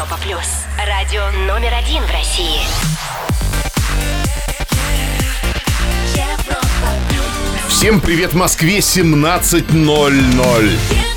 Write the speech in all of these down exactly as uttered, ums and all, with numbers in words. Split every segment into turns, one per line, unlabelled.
Европа плюс. Радио номер один в России.
Всем привет, Москве, семнадцать ноль ноль.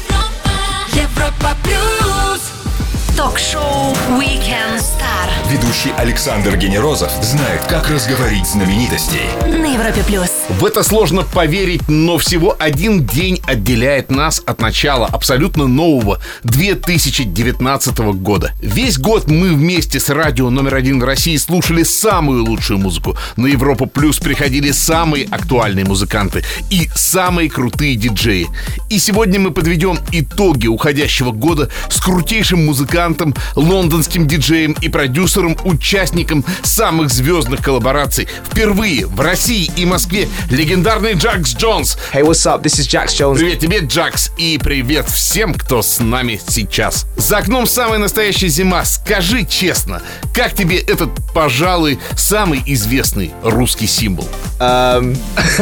Европа плюс. Ток-шоу Weekend Star.
Ведущий Александр Генерозов знает, как разговорить знаменитостей.
На Европе плюс.
В это сложно поверить, но всего один день отделяет нас от начала абсолютно нового две тысячи девятнадцатого года. Весь год мы вместе с радио номер один в России слушали самую лучшую музыку. На Европу плюс приходили самые актуальные музыканты и самые крутые диджеи. И сегодня мы подведем итоги уходящего года с крутейшим музыкантом, лондонским диджеем и продюсером, участником самых звездных коллабораций впервые в России и Москве, легендарный Джакс Джонс.
Hey, what's up? This is Jax Jones.
Привет тебе, Джакс, и привет всем, кто с нами сейчас. За окном самая настоящая зима. Скажи честно, как тебе этот, пожалуй, самый известный русский символ?
Um,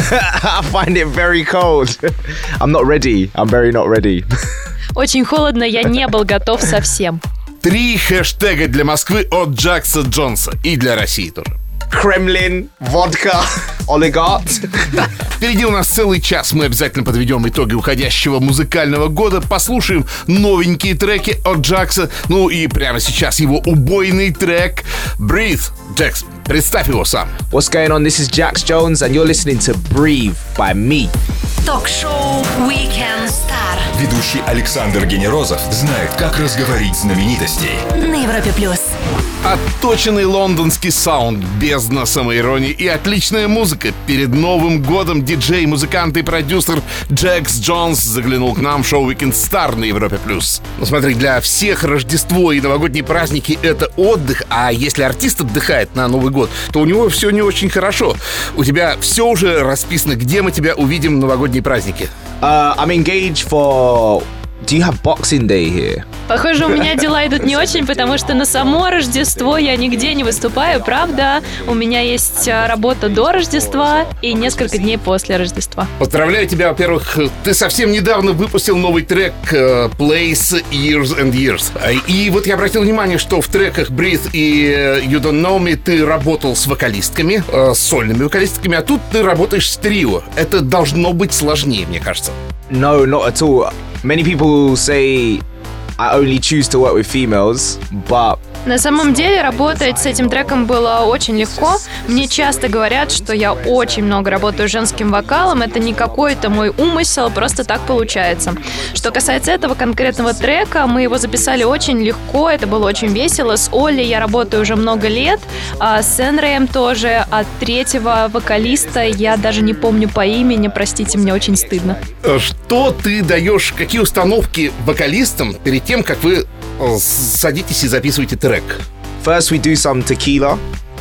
I find it very cold. I'm not ready. I'm very not ready.
Очень холодно, я не был готов совсем.
Три хэштега для Москвы от Джакса Джонса и для России тоже.
Кремлин, водка, олигарх.
Впереди у нас целый час. Мы обязательно подведем итоги уходящего музыкального года, послушаем новенькие треки от Джакса. Ну и прямо сейчас его убойный трек «Breathe». Джакс, представь его сам.
What's going on? This is Jax Jones, and you're listening to Breathe by me.
Ток-шоу Weekend Star.
Ведущий Александр Генерозов знает, как разговорить знаменитостей.
На Европе плюс.
Отточенный лондонский саунд, бездна самоиронии и отличная музыка. Перед Новым годом диджей, музыкант и продюсер Джакс Джонс заглянул к нам в шоу Weekend Star на Европе плюс. Ну смотри, для всех Рождество и новогодние праздники — это отдых, а если артист отдыхает на Новый год, то у него все не очень хорошо. У тебя все уже расписано, где мы тебя увидим в новогодние праздники?
Uh, I'm engaged for... Do you have Boxing Day here?
Похоже, у меня дела идут не очень, потому что на само Рождество я нигде не выступаю, правда. У меня есть работа до Рождества и несколько дней после Рождества.
Поздравляю тебя, во-первых, ты совсем недавно выпустил новый трек uh, Place Years and Years. И вот я обратил внимание, что в треках Breathe и You Don't Know Me ты работал с вокалистками, uh, с сольными вокалистками, а тут ты работаешь с трио. Это должно быть сложнее, мне кажется.
No, not at all. Many people say I only choose to work with females, but...
На самом деле, работать с этим треком было очень легко. Мне часто говорят, что я очень много работаю с женским вокалом. Это не какой-то мой умысел, просто так получается. Что касается этого конкретного трека, мы его записали очень легко, это было очень весело. С Олей я работаю уже много лет, а с Энреем тоже. А третьего вокалиста я даже не помню по имени, простите, мне очень стыдно.
Что ты даешь, какие установки вокалистам перед тем, как вы садитесь и записываете трек?
First we do some tequila.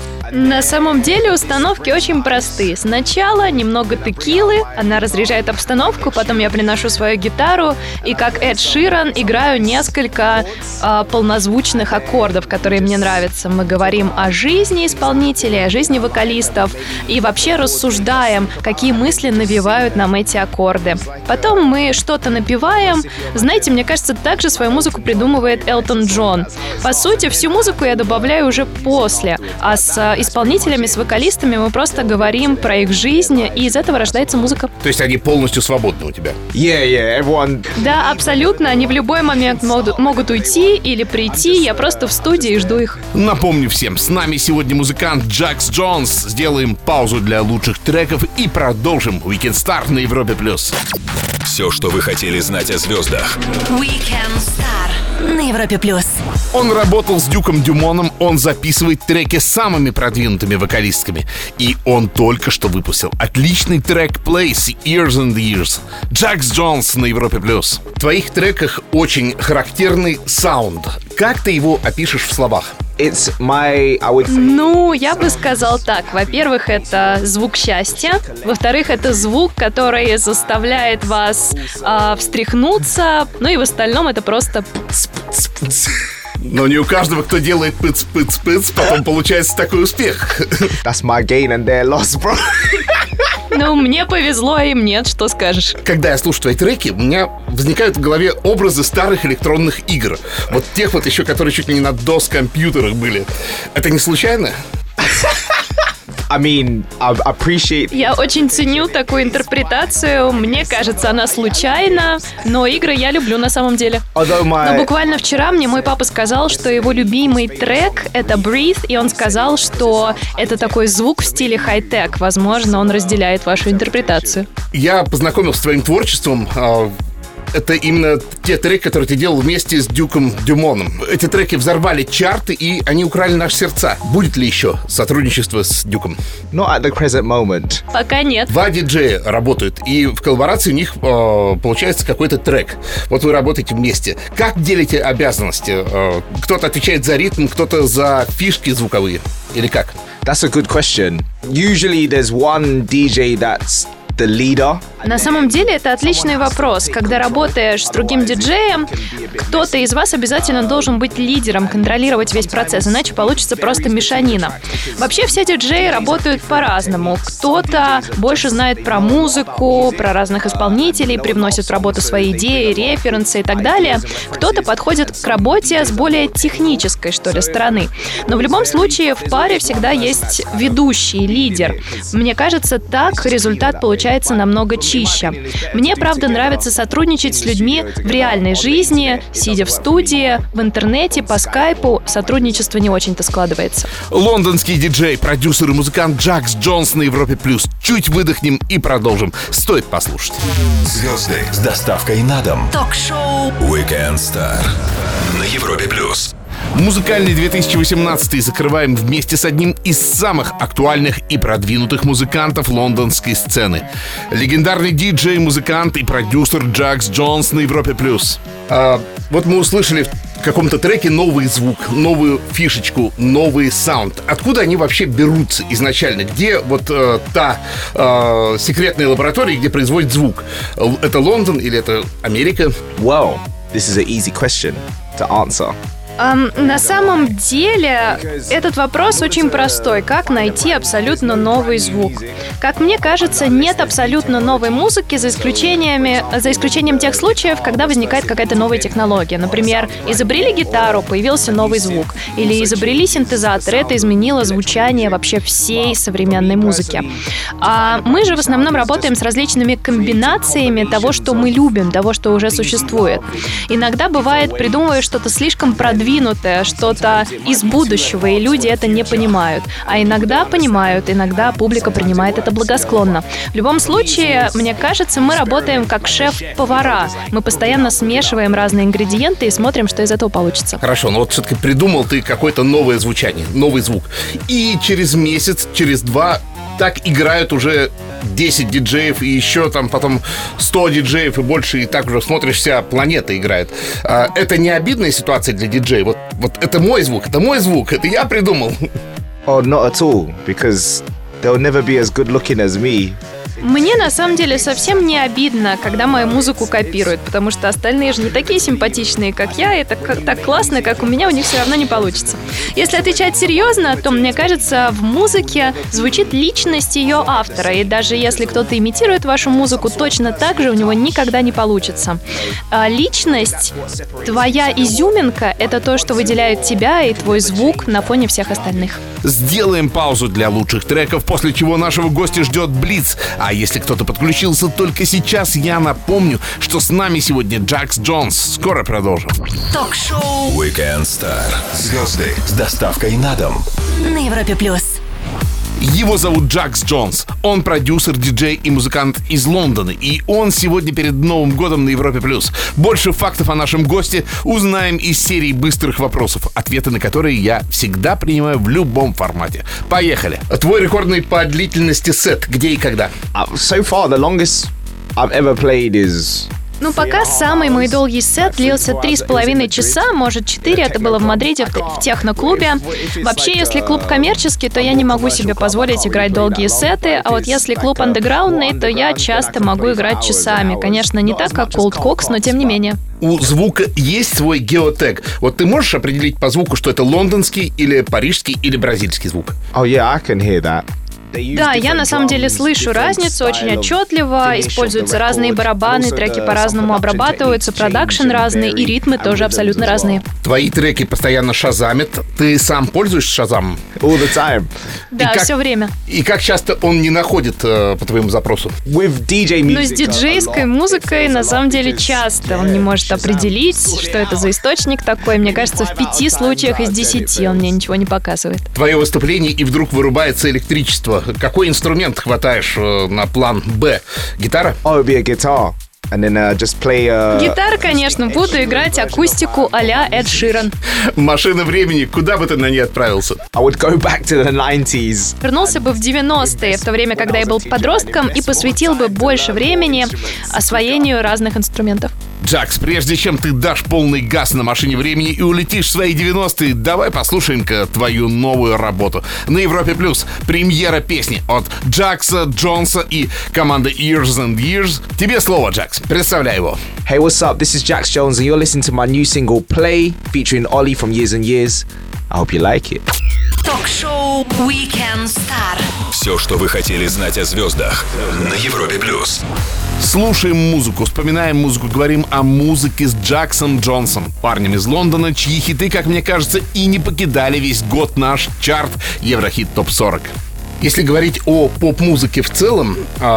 На самом деле установки очень простые. Сначала немного текилы, она разряжает обстановку, потом я приношу свою гитару и, как Эд Ширан, играю несколько э, полнозвучных аккордов, которые мне нравятся. Мы говорим о жизни исполнителей, о жизни вокалистов и вообще рассуждаем, какие мысли навевают нам эти аккорды. Потом мы что-то напеваем. Знаете, мне кажется, также свою музыку придумывает Элтон Джон. По сути, всю музыку я добавляю уже после, а с исполнителями, с вокалистами мы просто говорим про их жизнь, и из этого рождается музыка.
То есть они полностью свободны у тебя?
Yeah, yeah, everyone...
Да, абсолютно. Они в любой момент могут, могут уйти или прийти. Я просто в студии и жду их.
Напомню всем, с нами сегодня музыкант Джакс Джонс. Сделаем паузу для лучших треков и продолжим Weekend Star на Европе плюс.
Все, что вы хотели знать о звездах.
Weekend Star на Европе плюс.
Он работал с Дюком Дюмоном, он записывает треки с самыми продвинутыми вокалистками. И он только что выпустил отличный трек Place Years and Years. Джакс Джонс на Европе плюс. В твоих треках очень характерный саунд. Как ты его опишешь в словах?
It's my, I would...
Ну, я бы сказал так. Во-первых, это звук счастья. Во-вторых, это звук, который заставляет вас э, встряхнуться. Ну и в остальном это просто...
Но не у каждого, кто делает пыц-пыц-пыц, потом получается такой успех.
That's my gain and their loss, bro.
Ну, мне повезло, а им нет, что скажешь.
Когда я слушаю твои треки, у меня возникают в голове образы старых электронных игр. Вот тех вот еще, которые чуть ли не на дос-компьютерах были. Это не случайно?
I mean, I appreciate...
Я очень ценю такую интерпретацию. Мне кажется, она случайна, но игры я люблю на самом деле.
Although my...
Но буквально вчера мне мой папа сказал, что его любимый трек — это Breathe, и он сказал, что это такой звук в стиле хай-тек. Возможно, он разделяет вашу интерпретацию.
Я познакомился с твоим творчеством. Это именно те треки, которые ты делал вместе с Дюком Дюмоном. Эти треки взорвали чарты, и они украли наши сердца. Будет ли еще сотрудничество с Дюком?
Not at the present moment.
Пока нет.
Два диджея работают, и в коллаборации у них э, получается какой-то трек. Вот вы работаете вместе. Как делите обязанности? Э, кто-то отвечает за ритм, кто-то за фишки звуковые? Или как?
That's a good question. Usually there's one ди джей that's the leader.
На самом деле это отличный вопрос. Когда работаешь с другим диджеем, кто-то из вас обязательно должен быть лидером, контролировать весь процесс, иначе получится просто мешанина. Вообще все диджеи работают по-разному. Кто-то больше знает про музыку, про разных исполнителей, привносит в работу свои идеи, референсы и так далее. Кто-то подходит к работе с более технической, что ли, стороны. Но в любом случае в паре всегда есть ведущий, лидер. Мне кажется, так результат получается намного чище. Мне, правда, нравится сотрудничать с людьми в реальной жизни, сидя в студии, в интернете, по скайпу. Сотрудничество не очень-то складывается.
Лондонский диджей, продюсер и музыкант Джакс Джонс на Европе Плюс. Чуть выдохнем и продолжим. Стоит послушать.
Звезды с доставкой на дом.
Ток-шоу
Weekend Star на Европе Плюс.
Музыкальный две тысячи восемнадцатый закрываем вместе с одним из самых актуальных и продвинутых музыкантов лондонской сцены. Легендарный диджей, музыкант и продюсер Джакс Джонс на Европе Плюс. А, вот мы услышали в каком-то треке новый звук, новую фишечку, новый саунд. Откуда они вообще берутся изначально? Где вот э, та э, секретная лаборатория, где производят звук? Это Лондон или это Америка?
Well, this is an easy question to answer.
Um, на самом деле, этот вопрос очень простой. Как найти абсолютно новый звук? Как мне кажется, нет абсолютно новой музыки, за исключениями, за исключением тех случаев, когда возникает какая-то новая технология. Например, изобрели гитару, появился новый звук. Или изобрели синтезатор, это изменило звучание вообще всей современной музыки. А мы же в основном работаем с различными комбинациями того, что мы любим, того, что уже существует. Иногда бывает, придумываешь что-то слишком продвинутое, что-то из будущего, и люди это не понимают. А иногда понимают, иногда публика принимает это благосклонно. В любом случае, мне кажется, мы работаем как шеф-повара. Мы постоянно смешиваем разные ингредиенты и смотрим, что из этого получится.
Хорошо, но вот все-таки придумал ты какое-то новое звучание, новый звук. И через месяц, через два так играют уже десять диджеев, и еще там потом сто диджеев и больше, и так уже смотришь, вся планета играет. А, это не обидная ситуация для диджея? Вот, вот это мой звук, это мой звук, это я придумал.
Oh, not at all, because they'll never be as good looking as me.
Мне на самом деле совсем не обидно, когда мою музыку копируют, потому что остальные же не такие симпатичные, как я, и так, так классно, как у меня, у них все равно не получится. Если отвечать серьезно, то, мне кажется, в музыке звучит личность ее автора, и даже если кто-то имитирует вашу музыку, точно так же у него никогда не получится. А личность, твоя изюминка — это то, что выделяет тебя и твой звук на фоне всех остальных.
Сделаем паузу для лучших треков, после чего нашего гостя ждет Блиц. А если кто-то подключился только сейчас, я напомню, что с нами сегодня Джакс Джонс. Скоро продолжим.
Ток-шоу
Weekend Star. Звезды с доставкой на дом.
на Европе Плюс.
Его зовут Джакс Джонс. Он продюсер, диджей и музыкант из Лондона. И он сегодня перед Новым годом на Европе Плюс. Больше фактов о нашем госте узнаем из серии быстрых вопросов, ответы на которые я всегда принимаю в любом формате. Поехали. Твой рекордный по длительности сет. Где и когда?
Uh, so far, the longest I've ever played is...
Ну, пока самый мой долгий сет длился три с половиной часа, может, четыре. Это было в Мадриде, в, в техно-клубе. Вообще, если клуб коммерческий, то я не могу себе позволить играть долгие сеты. А вот если клуб андеграундный, то я часто могу играть часами. Конечно, не так, как Cold Cox, но тем не менее.
У звука есть свой геотег. Вот ты можешь определить по звуку, что это лондонский или парижский или бразильский звук?
Oh, yeah, I can hear that.
Да, я на самом деле слышу разницу очень отчетливо. Используются разные барабаны, треки по-разному обрабатываются, продакшн разный, и ритмы тоже абсолютно разные.
Твои треки постоянно шазамят. Ты сам пользуешься шазамом?
All the time.
Да,
как,
все время.
И как часто он не находит э, по твоему запросу?
With ди джей music,
Но с диджейской музыкой на самом деле часто он не может определить, что это за источник такой. Мне кажется, в пяти случаях из десяти он мне ничего не показывает.
Твое выступление, и вдруг вырубается электричество. Какой инструмент хватаешь э, на план Б? Гитара?
Oh, it'd be a guitar. And then uh, just play, uh...
Гитара, конечно, буду играть акустику а-ля Эд Ширан.
Машина времени, куда бы ты на ней отправился?
I would go back to the nineties.
Вернулся бы в девяностые, в то время, когда я был подростком, и посвятил бы больше времени освоению разных инструментов.
Джакс, прежде чем ты дашь полный газ на машине времени и улетишь в свои девяностые, давай послушаем-ка твою новую работу. На Европе Плюс премьера песни от Джакса, Джонса и команды Years and Years. Тебе слово, Джакс. Представляй его.
Hey, what's up? This is Jax Jones, and you're listening to my new single Play, featuring Ollie from Years and Years. I hope you like it.
Ток-шоу Weekend Star.
Все, что вы хотели знать о звездах на Европе плюс.
Слушаем музыку, вспоминаем музыку, говорим о музыке с Джаксом Джонсом, парнем из Лондона, чьи хиты, как мне кажется, и не покидали весь год наш чарт Еврохит топ сорок. Если говорить о поп-музыке в целом,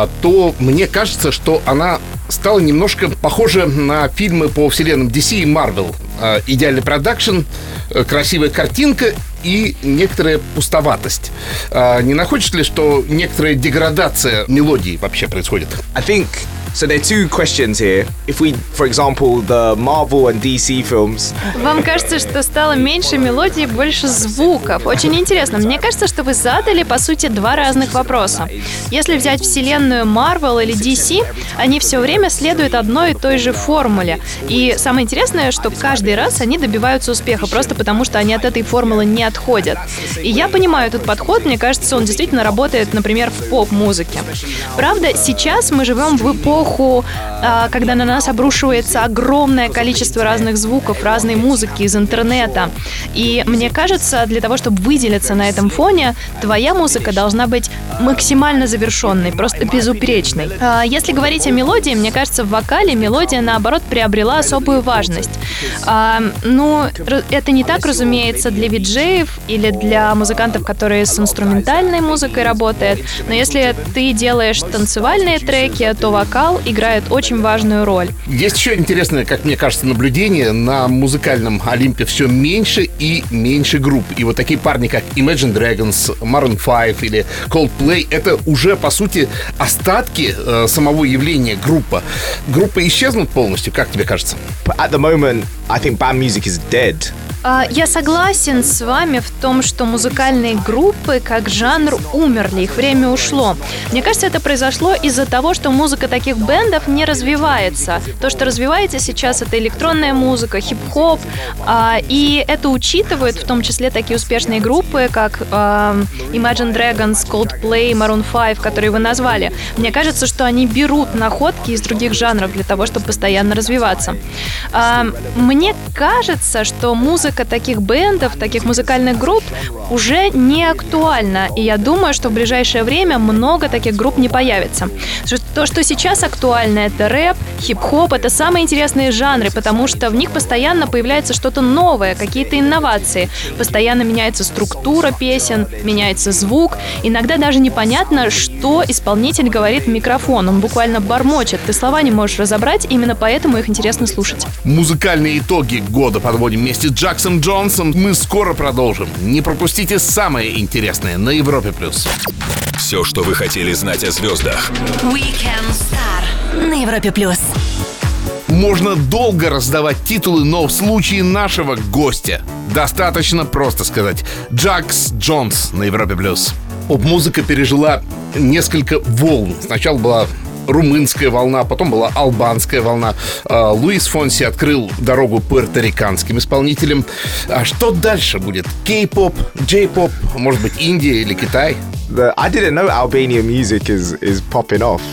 то мне кажется, что она стала немножко похожа на фильмы по вселенным ди си и Marvel. Идеальный продакшн, красивая картинка и некоторая пустоватость. Не находишь ли, что некоторая деградация мелодии вообще происходит?
I think so. There are two questions here. If we, for example, the Marvel and ди си films.
Вам кажется, что стало меньше мелодий, больше звуков? Очень интересно. Мне кажется, что вы задали, по сути, два разных вопроса. Если взять вселенную Marvel или ди си, они все время следуют одной и той же формуле. И самое интересное, что каждый раз они добиваются успеха, просто потому что они от этой формулы не отходят. И я понимаю этот подход, мне кажется, он действительно работает, например, в поп-музыке. Правда, сейчас мы живем в эпоху, когда на нас обрушивается огромное количество разных звуков, разной музыки из интернета. И мне кажется, для того, чтобы выделиться на этом фоне, твоя музыка должна быть максимально завершенной, просто безупречной. Если говорить о мелодии, мне кажется, в вокале мелодия, наоборот, приобрела особую важность. Ну, это не так, разумеется, для виджеев или для музыкантов, которые с инструментальной музыкой работают. Но если ты делаешь танцевальные треки, то вокал играет очень важную роль.
Есть еще интересное, как мне кажется, наблюдение. На музыкальном Олимпе все меньше и меньше групп. И вот такие парни, как Imagine Dragons, Maroon пять или Coldplay, это уже, по сути, остатки э, самого явления группа. Группы исчезнут полностью, как тебе кажется?
At the moment, I think band music is dead.
Я согласен с вами в том, что музыкальные группы как жанр умерли, их время ушло. Мне кажется, это произошло из-за того, что музыка таких бэндов не развивается. То, что развивается сейчас, это электронная музыка, хип-хоп, и это учитывают в том числе такие успешные группы, как Imagine Dragons, Coldplay, Maroon пять, которые вы назвали. Мне кажется, что они берут находки из других жанров для того, чтобы постоянно развиваться. Мне кажется, что музыка таких бэндов, таких музыкальных групп уже не актуальна. И я думаю, что в ближайшее время много таких групп не появится. То, что сейчас актуально, это рэп, хип-хоп, это самые интересные жанры, потому что в них постоянно появляется что-то новое, какие-то инновации. Постоянно меняется структура песен, меняется звук. Иногда даже непонятно, что исполнитель говорит в микрофон. Он буквально бормочет. Ты слова не можешь разобрать, именно поэтому их интересно слушать.
Музыкальные итоги года подводим вместе с Джаксом Джонсом. Мы скоро продолжим. Не пропустите самое интересное на Европе плюс.
Все, что вы хотели знать о звездах.
Weekend Star на Европе плюс.
Можно долго раздавать титулы, но в случае нашего гостя достаточно просто сказать «Джакс Джонс» на Европе плюс. Поп-музыка пережила несколько волн. Сначала была румынская волна, потом была албанская волна. Луис Фонси открыл дорогу пуэрториканским исполнителям. А что дальше будет? Кей-поп, джей-поп, может быть, Индия или Китай?
The, I didn't know Albanian music is, is popping off.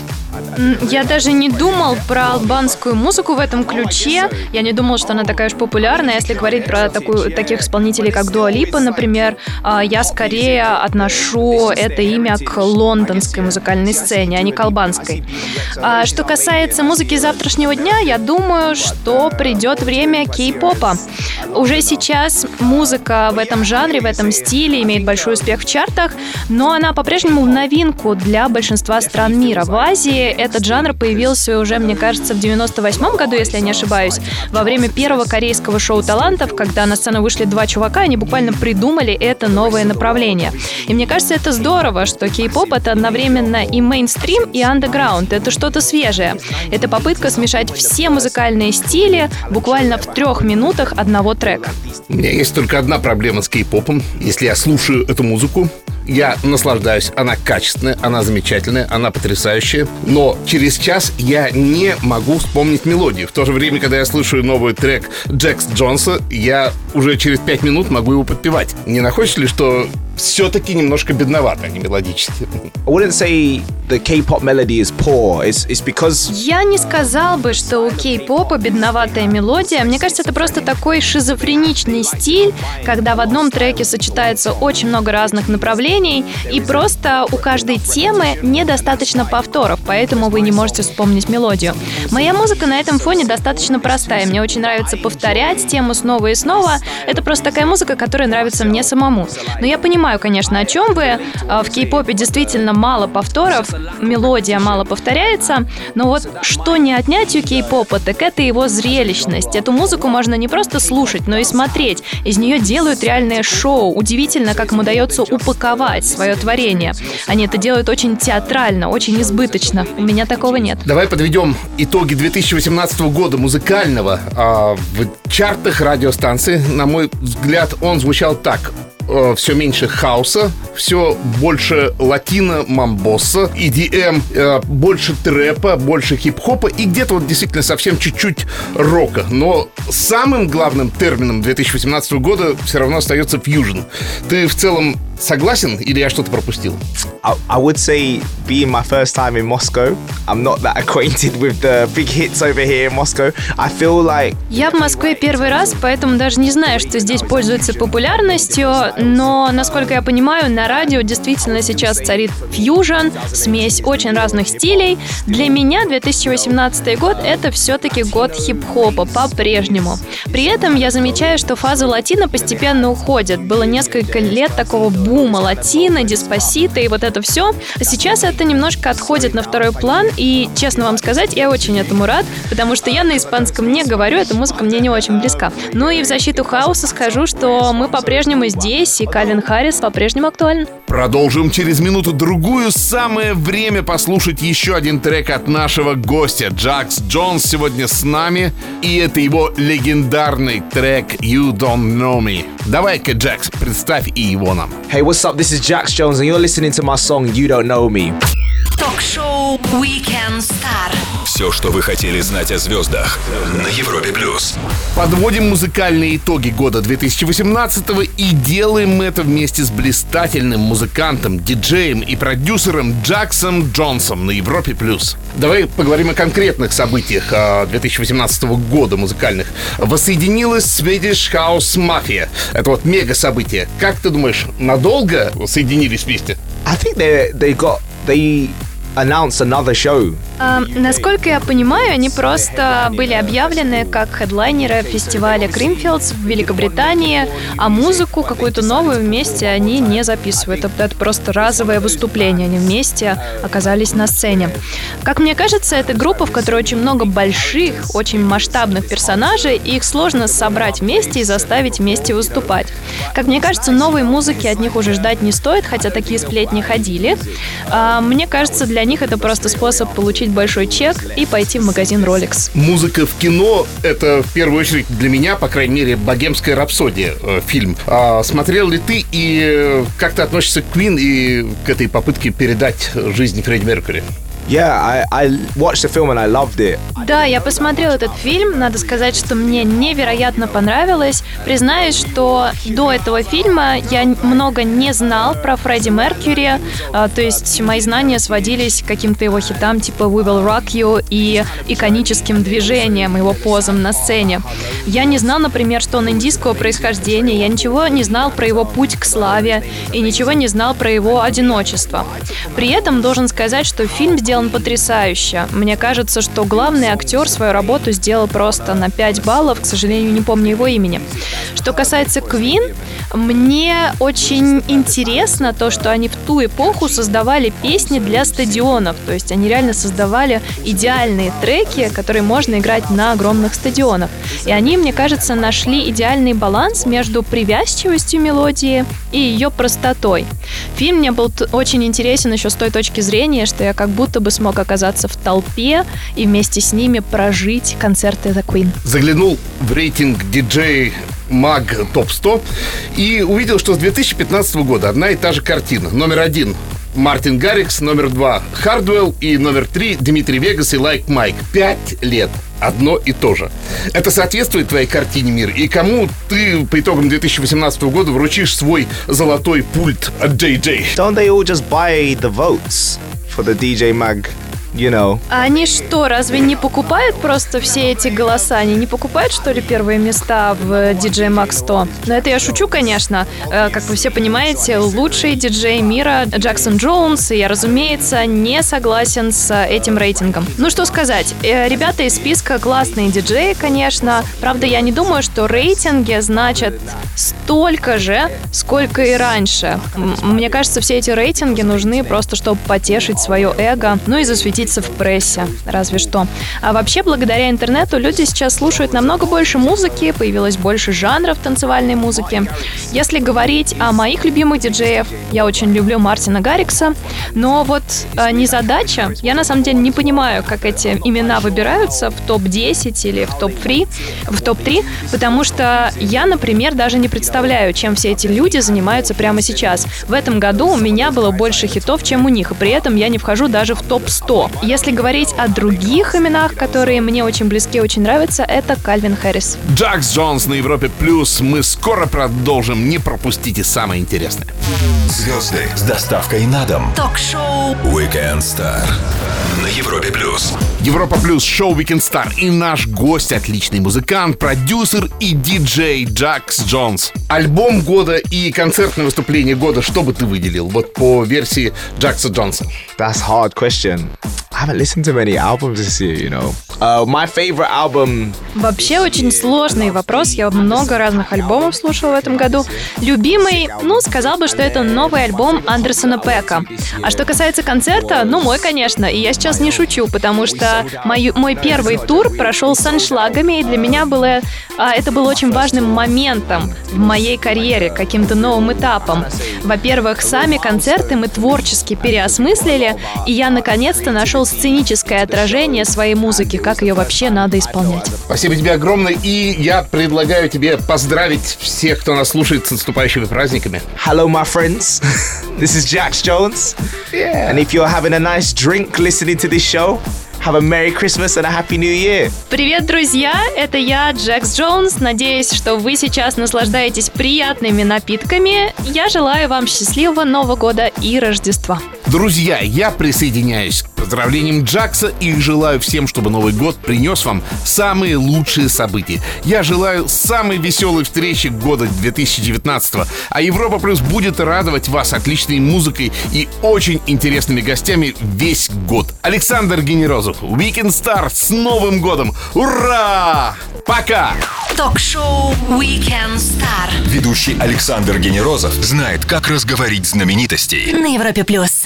Я даже не думал про албанскую музыку в этом ключе. Я не думал, что она такая уж популярная. Если говорить про такую, таких исполнителей, как Дуа Липа, например, я скорее отношу это имя к лондонской музыкальной сцене, а не к албанской. А что касается музыки завтрашнего дня, я думаю, что придет время кей-попа. Уже сейчас музыка в этом жанре, в этом стиле имеет большой успех в чартах, но она по-прежнему в новинку для большинства стран мира. В Азии этот жанр появился уже, мне кажется, в девяносто восьмом году, если я не ошибаюсь, во время первого корейского шоу талантов, когда на сцену вышли два чувака, они буквально придумали это новое направление. И мне кажется, это здорово, что кей-поп — это одновременно и мейнстрим, и андеграунд. Это что-то свежее. Это попытка смешать все музыкальные стили буквально в трех минутах одного трека.
У меня есть только одна проблема с кей-попом. Если я слушаю эту музыку, я наслаждаюсь, она качественная, она замечательная, она потрясающая. Но через час я не могу вспомнить мелодию. В то же время, когда я слушаю новый трек Джекс Джонса, я уже через пять минут могу его подпевать. Не находишь ли, что все-таки немножко бедновато, а не мелодически?
I wouldn't say the K-pop melody is poor. It's, it's because...
Я не сказал бы, что у кей-попа бедноватая мелодия. Мне кажется, это просто такой шизофреничный стиль, когда в одном треке сочетается очень много разных направлений, и просто у каждой темы недостаточно повторов, поэтому вы не можете вспомнить мелодию. Моя музыка на этом фоне достаточно простая. Мне очень нравится повторять тему снова и снова. Это просто такая музыка, которая нравится мне самому. Но я понимаю, конечно, о чем вы. В кей-попе действительно мало повторов, мелодия мало повторяется, но вот что не отнять у кей-попа, так это его зрелищность. Эту музыку можно не просто слушать, но и смотреть. Из нее делают реальное шоу. Удивительно, как им удается упаковать свое творение. Они это делают очень театрально, очень избыточно. У меня такого нет.
Давай подведем итоги две тысячи восемнадцатого года музыкального. А в чартах радиостанции, на мой взгляд, он звучал так: все меньше хаоса, все больше латино, мамбоса, и ди эм, больше трэпа, больше хип-хопа и где-то вот действительно совсем чуть-чуть рока. Но самым главным термином две тысячи восемнадцатого года все равно остается фьюжн. Ты в целом согласен или я что-то пропустил?
I, I would say, being my first time in Moscow, I'm not that acquainted with the big hits over here in Moscow. I feel like...
Я в Москве первый раз, поэтому даже не знаю, что здесь пользуется популярностью, но, насколько я понимаю, на радио действительно сейчас царит фьюжн, смесь очень разных стилей. Для меня две тысячи восемнадцатый год — это все-таки год хип-хопа по-прежнему. При этом я замечаю, что фаза латино постепенно уходит. Было несколько лет такого бума латино, диспасито и вот это все. Сейчас это немножко отходит на второй план, и, честно вам сказать, я очень этому рад, потому что я на испанском не говорю, эта музыка мне не очень близка. Ну и в защиту хаоса скажу, что мы по-прежнему здесь, и Кальвин Харрис по-прежнему актуален.
Продолжим через минуту-другую. Самое время послушать еще один трек от нашего гостя. Джекс Джонс сегодня с нами, и это его легендарный трек «You Don't Know Me». Давай-ка, Джекс, представь и его нам.
Hey, what's up? This is Jax Jones, and you're listening to my song «You Don't Know Me».
Ток-шоу Weekend Star.
Все, что вы хотели знать о звездах на Европе плюс.
Подводим музыкальные итоги года две тысячи восемнадцатого и делаем мы это вместе с блистательным музыкантом, диджеем и продюсером Джексом Джонсом на Европе плюс. Давай поговорим о конкретных событиях две тысячи восемнадцатого года музыкальных. Воссоединилась Swedish House Mafia. Это вот мега событие. Как ты думаешь, надолго соединились вместе?
I think they they got they announced another show.
А, насколько я понимаю, они просто были объявлены как хедлайнеры фестиваля Creamfields в Великобритании, а музыку какую-то новую вместе они не записывают. Это, это просто разовое выступление. Они вместе оказались на сцене. Как мне кажется, это группа, в которой очень много больших, очень масштабных персонажей, и их сложно собрать вместе и заставить вместе выступать. Как мне кажется, новой музыки от них уже ждать не стоит, хотя такие сплетни ходили. А, мне кажется, для них это просто способ получить большой чек и пойти в магазин Rolex.
Музыка в кино — это в первую очередь для меня, по крайней мере, «Богемская рапсодия» э, фильм. А смотрел ли ты и как ты относишься к Queen и к этой попытке передать жизнь Фредди Меркьюри?
Yeah, I, I watched the film and I loved it.
Да, я посмотрела этот фильм. Надо сказать, что мне невероятно понравилось. Признаюсь, что до этого фильма я много не знал про Фредди Меркьюри. А, то есть мои знания сводились к каким-то его хитам типа We Will Rock You и иконическим движением, его позам на сцене. Я не знал, например, что он индийского происхождения. Я ничего не знал про его путь к славе и ничего не знал про его одиночество. При этом должен сказать, что фильм сделан потрясающе. Мне кажется, что главный актер свою работу сделал просто на пять баллов. К сожалению, не помню его имени. Что касается Queen, мне очень интересно то, что они в ту эпоху создавали песни для стадионов. То есть они реально создавали идеальные треки, которые можно играть на огромных стадионах. И они, мне кажется, нашли идеальный баланс между привязчивостью мелодии и ее простотой. Фильм мне был очень интересен еще с той точки зрения, что я как будто бы смог оказаться в толпе и вместе с ними прожить концерты The Queen.
Заглянул в рейтинг ди джей Mag топ сто и увидел, что с две тысячи пятнадцатого года одна и та же картина. Номер один Мартин Гаррикс, номер два Хардвелл и номер три Дмитрий Вегас и Like Mike. Пять лет. Одно и то же. Это соответствует твоей картине мира? И кому ты по итогам две тысячи восемнадцатого года вручишь свой золотой пульт от джей джей?
Don't they all just buy the votes for the ди джей Mag? You know.
А они что, разве не покупают просто все эти голоса? Они не покупают, что ли, первые места в ди джей Mag сто? Но это я шучу, конечно. Как вы все понимаете, лучший диджей мира Джексон Джонс, и я, разумеется, не согласен с этим рейтингом. Ну что сказать, ребята из списка классные диджеи, конечно. Правда, я не думаю, что рейтинги значат столько же, сколько и раньше. Мне кажется, все эти рейтинги нужны просто, чтобы потешить свое эго, ну и засветить в прессе, разве что. А вообще, благодаря интернету люди сейчас слушают намного больше музыки, появилось больше жанров танцевальной музыки. Если говорить о моих любимых диджеях, я очень люблю Мартина Гаррикса, но вот э, незадача, я на самом деле не понимаю, как эти имена выбираются в топ десять или в топ три, в топ три, потому что я, например, даже не представляю, чем все эти люди занимаются прямо сейчас. В этом году у меня было больше хитов, чем у них, и при этом я не вхожу даже в топ сто. Если говорить о других именах, которые мне очень близки, очень нравятся, это Кальвин Хэррис.
Джакс Джонс на Европе Плюс. Мы скоро продолжим. Не пропустите самое интересное.
Звезды с доставкой на дом.
Ток-шоу
Weekend Star на Европе Плюс.
Европа Плюс, шоу Weekend Star. И наш гость, отличный музыкант, продюсер и диджей Джакс Джонс. Альбом года и концертное выступление года, что бы ты выделил? Вот по версии Джакса Джонса.
That's a hard question. I haven't listened to many albums this year, you know. Uh, my favorite album...
Вообще очень сложный вопрос. Я много разных альбомов слушала в этом году. Любимый, ну, сказал бы, что это новый альбом Андерсона Пэка. А что касается концерта, ну, мой, конечно. И я сейчас не шучу, потому что мой, мой первый тур прошел с аншлагами, и для меня было, а, это было очень важным моментом в моей карьере, каким-то новым этапом. Во-первых, сами концерты мы творчески переосмыслили, и я наконец-то нашел сценическое отражение своей музыки, как ее вообще надо исполнять.
Спасибо тебе огромное, и я предлагаю тебе поздравить всех, кто нас слушает, с наступающими праздниками.
Hello, my friends. This is Jax Jones. Yeah. And if you're having a nice drink listening to this show, have a Merry Christmas and a Happy New Year.
Привет, друзья! Это я, Джакс Джонс. Надеюсь, что вы сейчас наслаждаетесь приятными напитками. Я желаю вам счастливого Нового года и Рождества.
Друзья, я присоединяюсь к поздравлениям Джакса и желаю всем, чтобы Новый год принес вам самые лучшие события. Я желаю самой веселой встречи года две тысячи девятнадцатого. А Европа Плюс будет радовать вас отличной музыкой и очень интересными гостями весь год. Александр Генерозов, Weekend Star, с Новым годом! Ура! Пока!
Ток-шоу Weekend Star.
Ведущий Александр Генерозов знает, как разговорить знаменитостей.
На Европе Плюс.